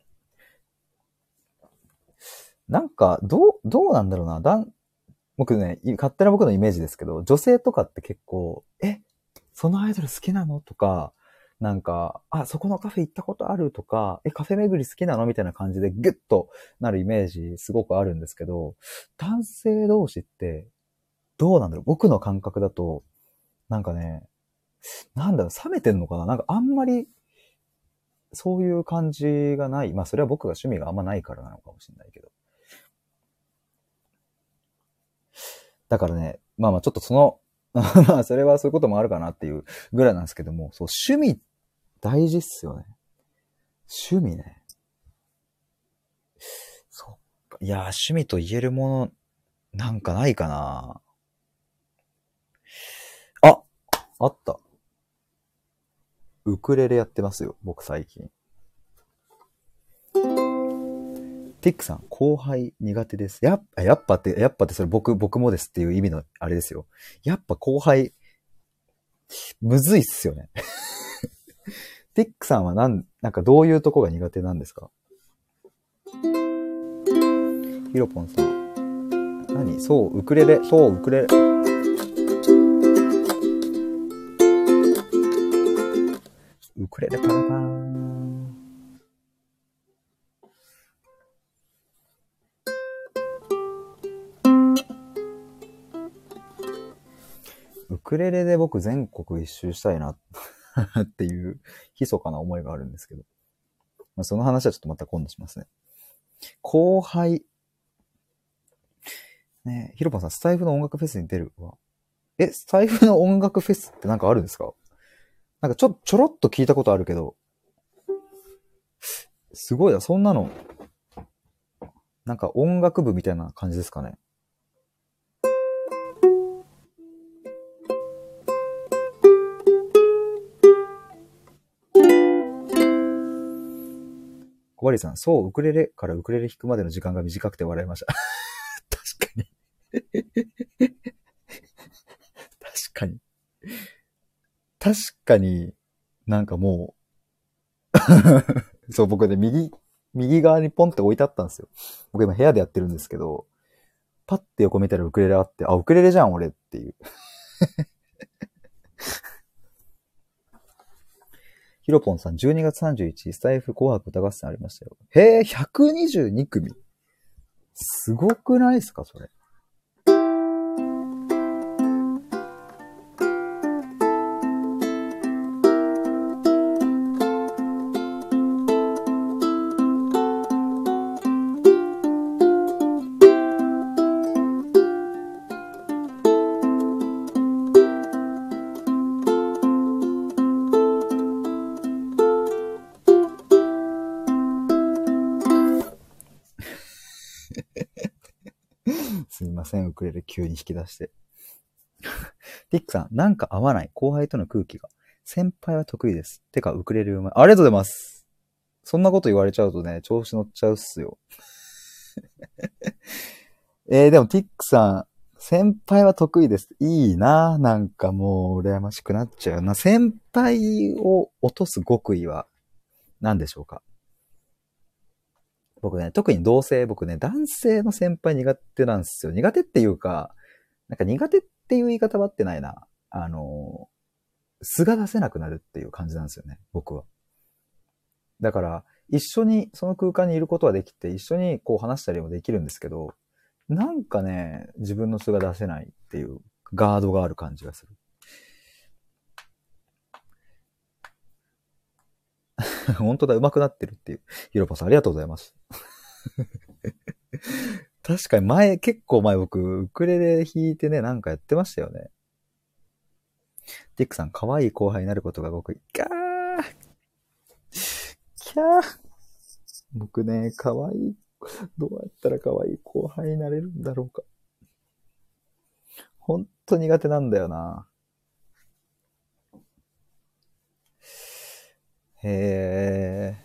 う。なんか、どうなんだろうな。僕ね、勝手な僕のイメージですけど、女性とかって結構、そのアイドル好きなのとか、なんか、そこのカフェ行ったことあるとか、カフェ巡り好きなのみたいな感じでギュッとなるイメージすごくあるんですけど、男性同士ってどうなんだろう。僕の感覚だと、なんかね、なんだろう、冷めてんのかな。なんかあんまりそういう感じがない。まあそれは僕が趣味があんまないからなのかもしれないけど。 だからね、まあまあちょっとその、まあそれはそういうこともあるかなっていうぐらいなんですけども、そう、趣味大事っすよね。趣味ね。そっか。いやー、趣味と言えるものなんかないかな。あ、あった。ウクレレやってますよ、僕最近。ティックさん、後輩苦手です。やっぱってそれ僕もですっていう意味のあれですよ。やっぱ後輩、むずいっすよね。ティックさんはなんかどういうとこが苦手なんですか？ヒロポンさん。そう、ウクレレ。そう、ウクレレ。ウクレレパラパーン。ウクレレで僕全国一周したいなっていう密かな思いがあるんですけど。まあ、その話はちょっとまた今度しますね。後輩。ね、ヒロポンさん、スタイフの音楽フェスに出るわ。スタイフの音楽フェスってなんかあるんですか？なんかちょろっと聞いたことあるけど、すごいな、そんなの、なんか音楽部みたいな感じですかね。小針さん、そう、ウクレレからウクレレ弾くまでの時間が短くて笑いました。確かに。確かに。確かに、なんかもうそう、僕ね、右側にポンって置いてあったんですよ。僕今部屋でやってるんですけど、パッて横見たらウクレレあって、あ、ウクレレじゃん、俺っていう。ヒロポンさん、12月31日、スタイフ紅白歌合戦ありましたよ。へえ、122組。すごくないですか、それ。すみません、ウクレレ急に引き出して。ティックさん、なんか合わない。後輩との空気が。先輩は得意です。てか、ウクレレうまい。ありがとうございます。そんなこと言われちゃうとね、調子乗っちゃうっすよ。でも、ティックさん、先輩は得意です。いいな。なんかもう、羨ましくなっちゃうな。先輩を落とす極意は何でしょうか？僕ね、特に僕ね、男性の先輩苦手なんですよ。苦手っていうか、なんか苦手っていう言い方は合ってないな。素が出せなくなるっていう感じなんですよね、僕は。だから、一緒にその空間にいることはできて、一緒にこう話したりもできるんですけど、なんかね、自分の素が出せないっていうガードがある感じがする。本当だ、上手くなってるっていう。ヒロポさん、ありがとうございます。確かに結構前僕、ウクレレ弾いてね、なんかやってましたよね。ティックさん、可愛い後輩になることが極意。キャー。僕ね、可愛い。どうやったら可愛い後輩になれるんだろうか。ほんと苦手なんだよな。へえ。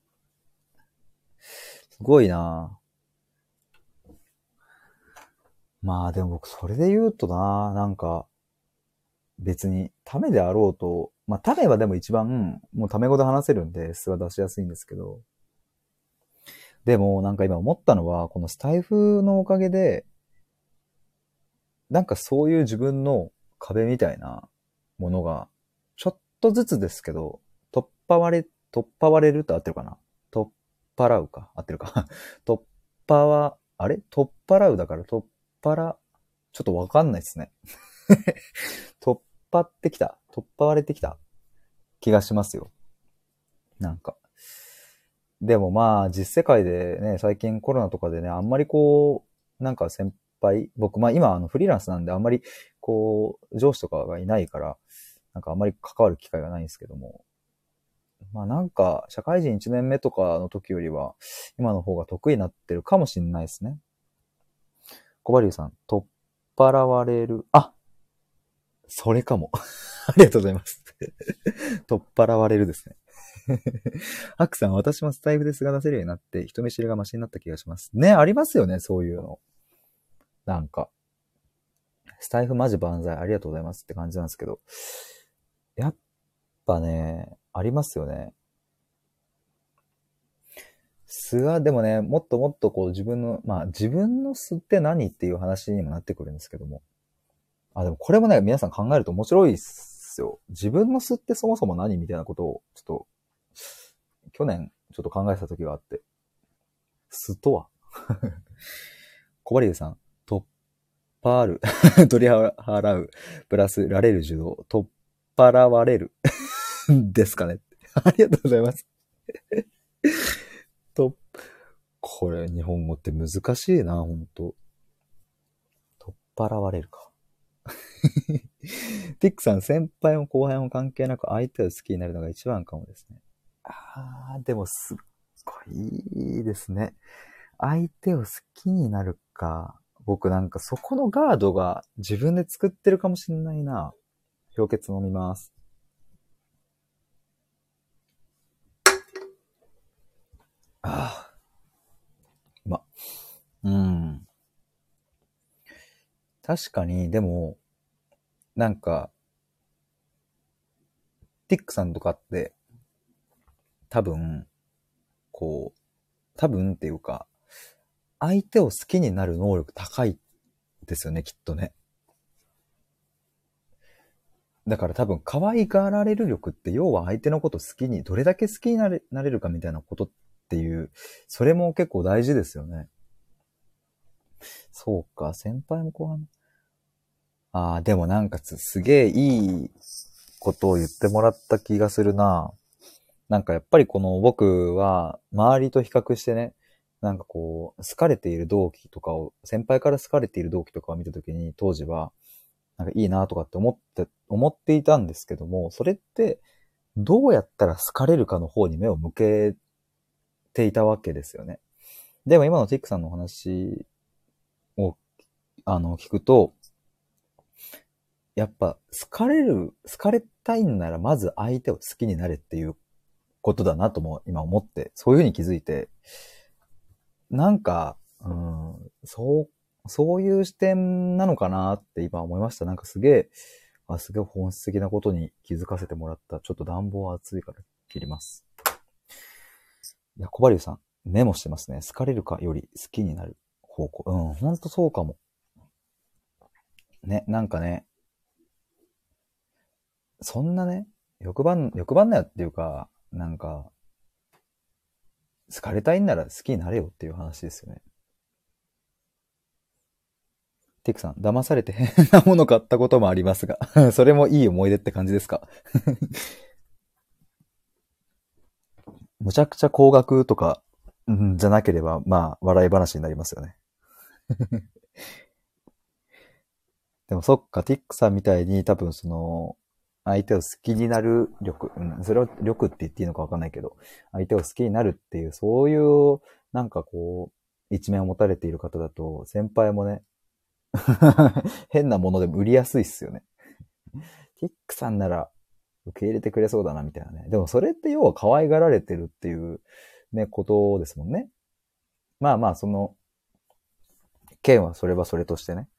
すごいな。まあでも僕それで言うとな、なんか別にためであろうと、まあためはでも一番もうため語で話せるんで素は出しやすいんですけど、でもなんか今思ったのはこのスタイフのおかげでなんかそういう自分の壁みたいなものがちょっとずつですけど突破割れると合ってるかな。取っ払うか合ってるか。突破は、あれ取っ払うだからちょっとわかんないですね。突破割れてきた気がしますよ。なんか。でもまあ、実世界でね、最近コロナとかでね、あんまりこう、なんか輩、僕、まあ今フリーランスなんであんまりこう、上司とかがいないから、なんかあんまり関わる機会がないんですけども、まあなんか、社会人1年目とかの時よりは、今の方が得意になってるかもしれないですね。小バリューさん、取っ払われる。あ、それかも。ありがとうございます。取っ払われるですね。アクさん、私もスタイフで素が出せるようになって、人見知りがマシになった気がします。ね、ありますよね、そういうの。なんか、スタイフマジ万歳、ありがとうございますって感じなんですけど、やっぱね、ありますよね。素が、でもね、もっともっとこう自分の、まあ自分の素って何っていう話にもなってくるんですけども。あ、でもこれもね、皆さん考えると面白いっすよ。自分の素ってそもそも何みたいなことを、ちょっと、去年ちょっと考えてた時があって。素とは小バリューさん、突っ張る。取り払う。プラス、られる受動。取っ払われる。ですかね。ありがとうございます。と、これ、日本語って難しいな、ほんと。取っ払われるか。ティックさん、先輩も後輩も関係なく相手を好きになるのが一番かもですね。でもすっごいいいですね。相手を好きになるか。僕なんかそこのガードが自分で作ってるかもしんないな。氷結飲みます。ああ、ま、うん。確かに、でも、なんか、ティックさんとかって、多分、多分っていうか、相手を好きになる能力高いですよね、きっとね。だから多分、可愛がられる力って、要は相手のこと好きに、どれだけ好きになれるかみたいなことっていう、それも結構大事ですよね。そうか、先輩も後輩も。でもなんかすげえいいことを言ってもらった気がするな。なんかやっぱりこの僕は周りと比較してね、なんかこう、好かれている同期とかを、先輩から好かれている同期とかを見たときに、当時は、なんかいいなとかって思っていたんですけども、それって、どうやったら好かれるかの方に目を向けていたわけですよね。でも今のティックさんのお話を、聞くと、やっぱ、好かれたいんなら、まず相手を好きになれっていうことだなとも今思って、そういうふうに気づいて、なんか、そういう視点なのかなって今思いました。なんかすげえ本質的なことに気づかせてもらった。ちょっと暖房暑いから切ります。いや、小針さん、メモしてますね。好かれるかより好きになる方向。ほんとそうかも。ね、なんかね、そんなね、欲張んなよっていうか、なんか、好かれたいんなら好きになれよっていう話ですよね。ティックさん、騙されて変なもの買ったこともありますが、それもいい思い出って感じですか？むちゃくちゃ高額とか、じゃなければ、まあ、笑い話になりますよね。でもそっか、ティックさんみたいに多分相手を好きになる力、それを力って言っていいのかわかんないけど、相手を好きになるっていう、そういう、なんかこう、一面を持たれている方だと、先輩もね、変なものでも売りやすいっすよね。ティックさんなら受け入れてくれそうだな、みたいなね。でもそれって要は可愛がられてるっていうね、ことですもんね。まあまあ、件はそれはそれとしてね。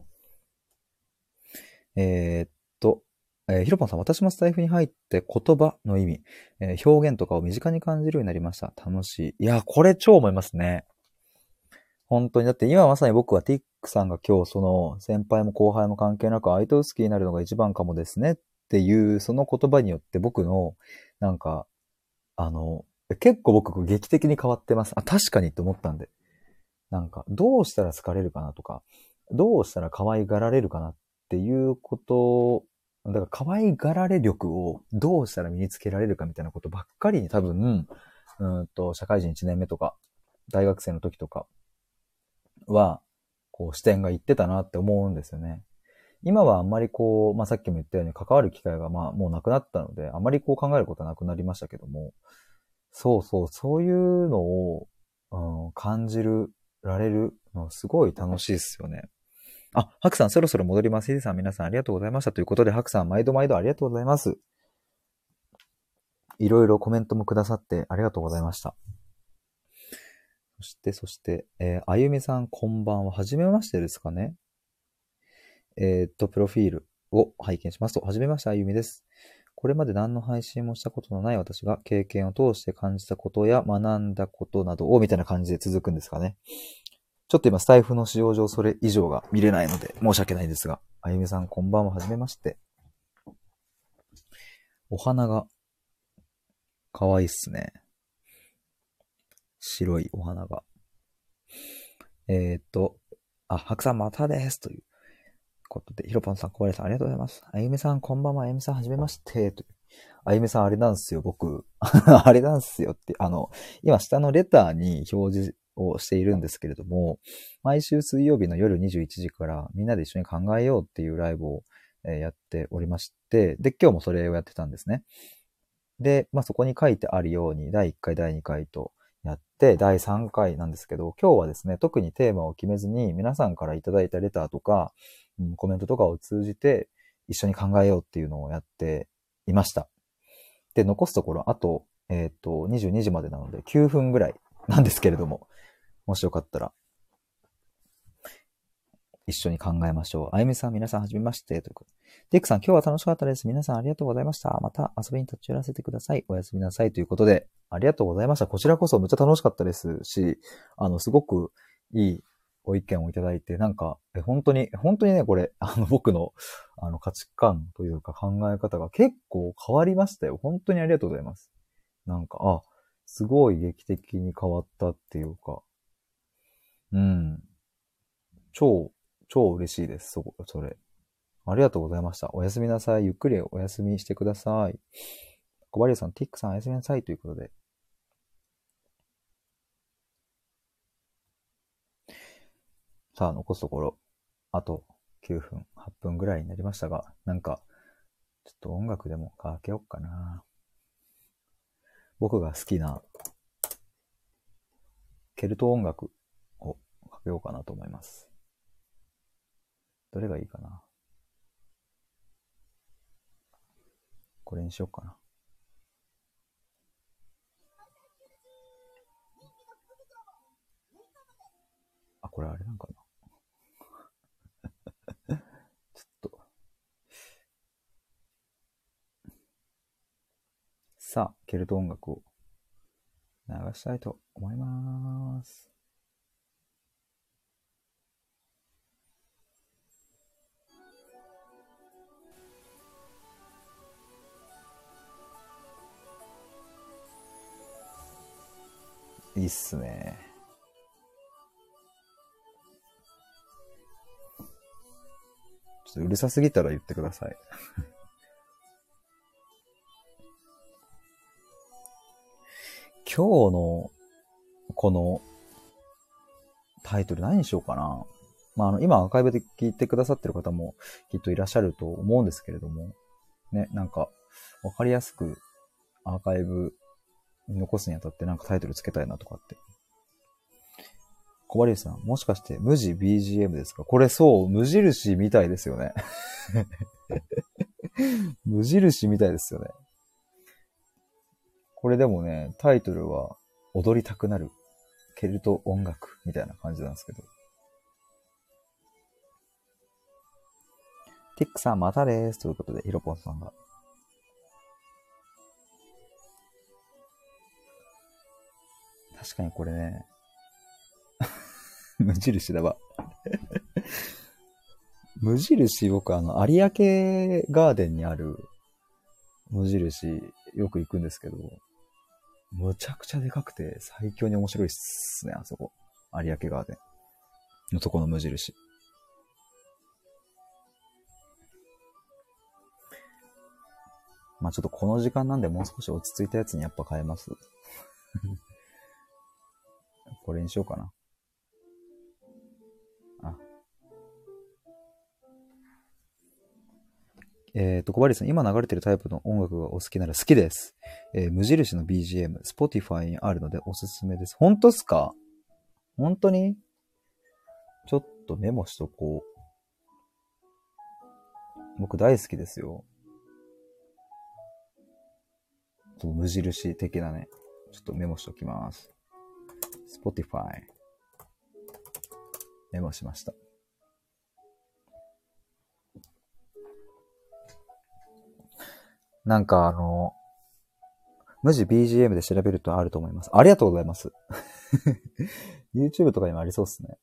えーっと、ひろぽんさん、私もスタイフに入って言葉の意味、表現とかを身近に感じるようになりました。楽しい。いや、これ超思いますね。本当に。だって今まさに僕はティックさんが今日先輩も後輩も関係なく相手を好きになるのが一番かもですねっていうその言葉によって僕のなんか結構僕劇的に変わってます。確かにって思ったんで。なんかどうしたら好かれるかなとか、どうしたら可愛がられるかなっていうことだから可愛がられ力をどうしたら身につけられるかみたいなことばっかりに多分、社会人1年目とか、大学生の時とかは、 こう視点がいってたなって思うんですよね。今はあんまりこう、まあ、さっきも言ったように関わる機会がまあもうなくなったので、あまりこう考えることはなくなりましたけども、そうそう、そういうのを、感じられるのすごい楽しいですよね。あ、ハクさんそろそろ戻ります。ヒデさん皆さんありがとうございました。ということで、ハクさん毎度毎度ありがとうございます。いろいろコメントもくださってありがとうございました。そして、あゆみさんこんばんは。はじめましてですかね。プロフィールを拝見しますと、はじめましてあゆみです。これまで何の配信もしたことのない私が経験を通して感じたことや学んだことなどをみたいな感じで続くんですかね。ちょっと今スタイフの使用上それ以上が見れないので申し訳ないんですが、あゆみさんこんばんは。はじめまして。お花が可愛いっすね。白いお花が。白さんまたです。ということで、ひろぽんさん、小林さん、ありがとうございます。あゆみさん、こんばんは。あゆみさん、はじめまして。という。あゆみさん、あれなんですよ、僕。あれなんですよって、今、下のレターに表示をしているんですけれども、毎週水曜日の夜21時からみんなで一緒に考えようっていうライブをやっておりまして、で、今日もそれをやってたんですね。で、まあ、そこに書いてあるように、第1回、第2回とやって、第3回なんですけど、今日はですね、特にテーマを決めずに、皆さんからいただいたレターとか、コメントとかを通じて、一緒に考えようっていうのをやっていました。で、残すところ、あと、22時までなので、9分ぐらいなんですけれども、もしよかったら、一緒に考えましょう。あゆみさん、皆さん、はじめまして。ということで。デックさん、今日は楽しかったです。皆さん、ありがとうございました。また遊びに立ち寄らせてください。おやすみなさい。ということで、ありがとうございました。こちらこそ、めっちゃ楽しかったですし、すごくいいご意見をいただいて、なんか、本当にね、これ、僕の、価値観というか考え方が結構変わりましたよ。本当にありがとうございます。なんか、すごい劇的に変わったっていうか、うん、超嬉しいです。それ。ありがとうございました。おやすみなさい。ゆっくりお休みしてください。小林さん、ティックさんおやすみなさいということで。さあ、残すところ、あと9分、8分ぐらいになりましたが、なんか、ちょっと音楽でもかけようかな。僕が好きなケルト音楽をかけようかなと思います。どれがいいかな。これにしようかな。あ、これあれなんかな。ちょっと。さあ、ケルト音楽を流したいと思います。いいっすね。ちょっとうるさすぎたら言ってください。今日のこのタイトル何にしようかな。まあ、今アーカイブで聞いてくださってる方もきっといらっしゃると思うんですけれども、ね、なんかわかりやすくアーカイブに残すにあたってなんかタイトルつけたいなとかって。小林さん、もしかして無地 BGM ですか？これそう、無印みたいですよね。無印みたいですよね。これでもね、タイトルは踊りたくなるケルト音楽みたいな感じなんですけど。ティックさんまたです。ということで、ヒロポンさんが。確かにこれね、無印だわ。無印、僕有明ガーデンにある無印よく行くんですけど、むちゃくちゃでかくて最強に面白いっすね、あそこ。有明ガーデンのとこの無印。まあちょっとこの時間なんでもう少し落ち着いたやつにやっぱ変えます。これにしようかな。あ、 小針さん、今流れてるタイプの音楽がお好きなら好きです。無印の BGM、Spotify にあるのでおすすめです。本当っすか？本当に？ちょっとメモしとこう。僕大好きですよ。無印的なね。ちょっとメモしときます。Spotify。メモしました。なんか無地 BGM で調べるとあると思います。ありがとうございます。YouTube とかにもありそうっすね。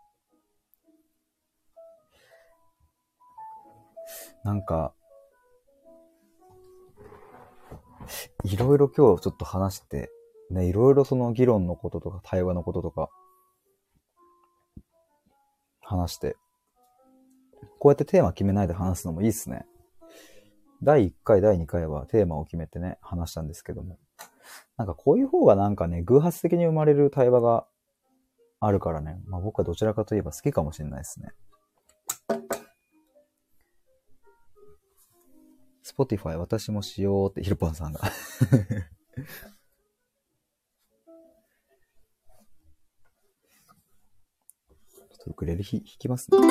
なんか、いろいろ今日ちょっと話して、ね、いろいろその議論のこととか対話のこととか話して、こうやってテーマ決めないで話すのもいいっすね。第1回、第2回はテーマを決めてね、話したんですけども。なんかこういう方がなんかね、偶発的に生まれる対話があるからね。まあ僕はどちらかといえば好きかもしれないですね。Spotify 私もしようってヒロポンさんが。ちょっとウクレレ弾きますね。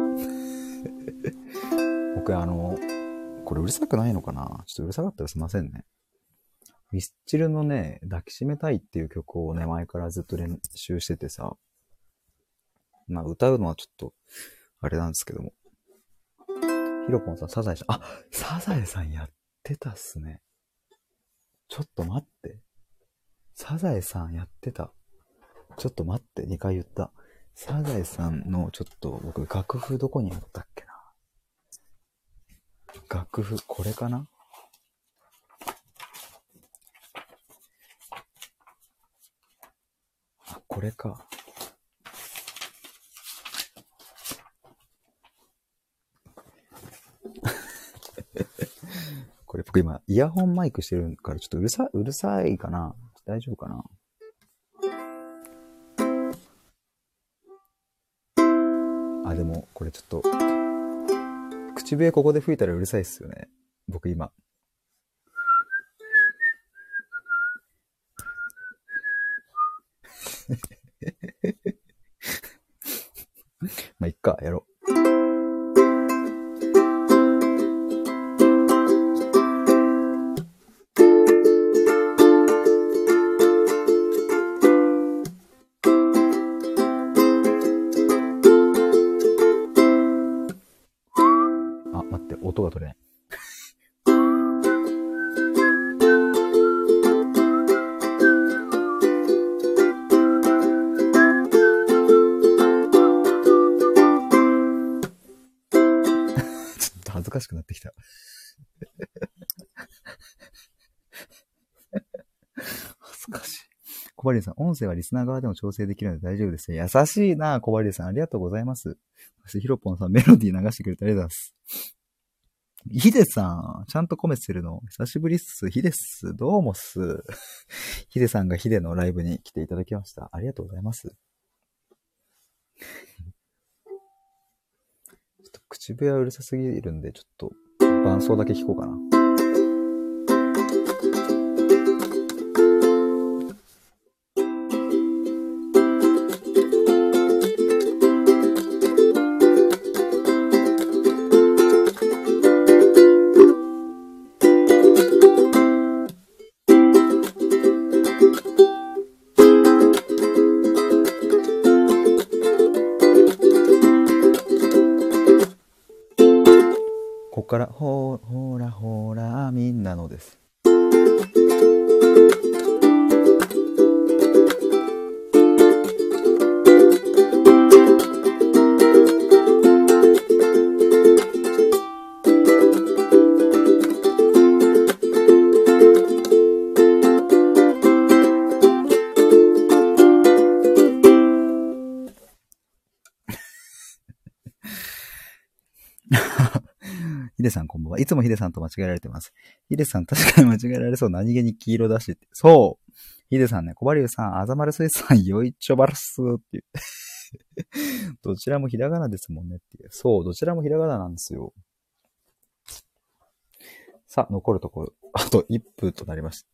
僕これうるさくないのかな？ちょっとうるさかったらすいませんね。ミスチルのね、抱きしめたいっていう曲をね、前からずっと練習しててさ。まあ歌うのはちょっと、あれなんですけども。ヒロポンさん、サザエさん。あ、サザエさんやってたっすね。ちょっと待って。サザエさんやってた。ちょっと待って、2回言った。サザエさんの、ちょっと僕、楽譜どこにあったっけな。楽譜、これかな？あ、これか。これ僕今、イヤホンマイクしてるから、ちょっとうるさいかな？大丈夫かな？あ、でも、これちょっと、口笛ここで吹いたらうるさいっすよね。僕今。まあ、いっか、やろう。あ、待って、音が取れない。ちょっと恥ずかしくなってきた。恥ずかしい。小針さん、音声はリスナー側でも調整できるので大丈夫ですよ。優しいな、小針さん。ありがとうございます。そしてヒロポンさん、メロディー流してくれてありがとうございます。ヒデさん、ちゃんとコメしてるの。久しぶりっす。ヒデっす。どうもっす。ヒデさんがヒデのライブに来ていただきました。ありがとうございます。ちょっと口笛はうるさすぎるんで、ちょっと伴奏だけ聞こうかな。ここから、ほらほら、みんなのです。ヒデさんこんばんは。いつもヒデさんと間違えられてます。ヒデさん確かに間違えられそう。何気に黄色だしって。そう。ヒデさんね、小針さん、あざまるすいさん、よいちょばるすって言って。どちらもひらがなですもんねっていう。そう、どちらもひらがななんですよ。 さあ、残るところ、あと1分となりました。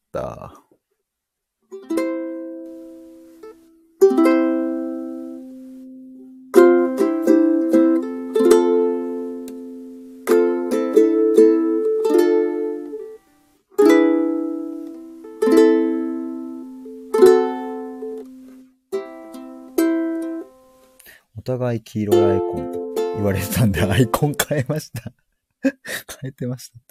お互い黄色いアイコン言われてたんで、アイコン変えました。変えてました。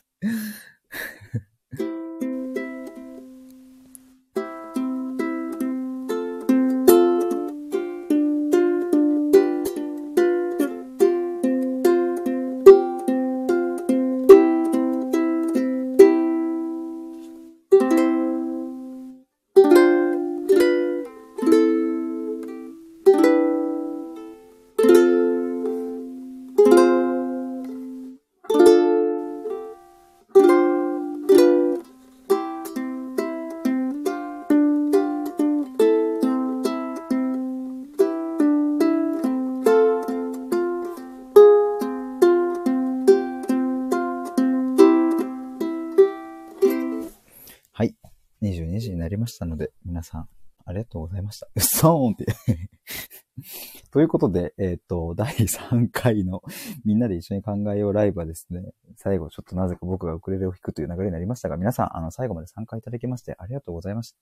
はい。22時になりましたので、皆さん、ありがとうございました。うっそーんってということで、第3回のみんなで一緒に考えようライブはですね、最後ちょっとなぜか僕がウクレレを弾くという流れになりましたが、皆さん、最後まで参加いただきましてありがとうございました。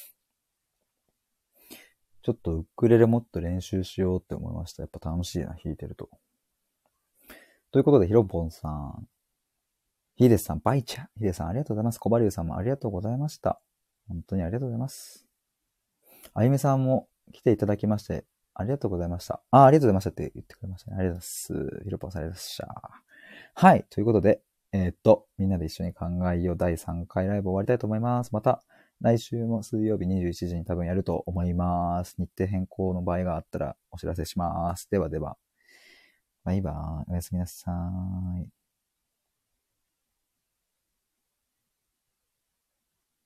ちょっとウクレレもっと練習しようって思いました。やっぱ楽しいな、弾いてると。ということで、ヒロポンさん、ヒデさん、バイチャ、ヒデさんありがとうございます。コバリュウさんもありがとうございました。本当にありがとうございます。あゆめさんも来ていただきまして、ありがとうございました。ありがとうございましたって言ってくれましたね。ありがとうございます。ヒロポンさんありがとうございました。はい。ということで、みんなで一緒に考えよう第3回ライブ終わりたいと思います。また、来週も水曜日21時に多分やると思います。日程変更の場合があったらお知らせします。ではでは、バイバーイ。おやすみなさい。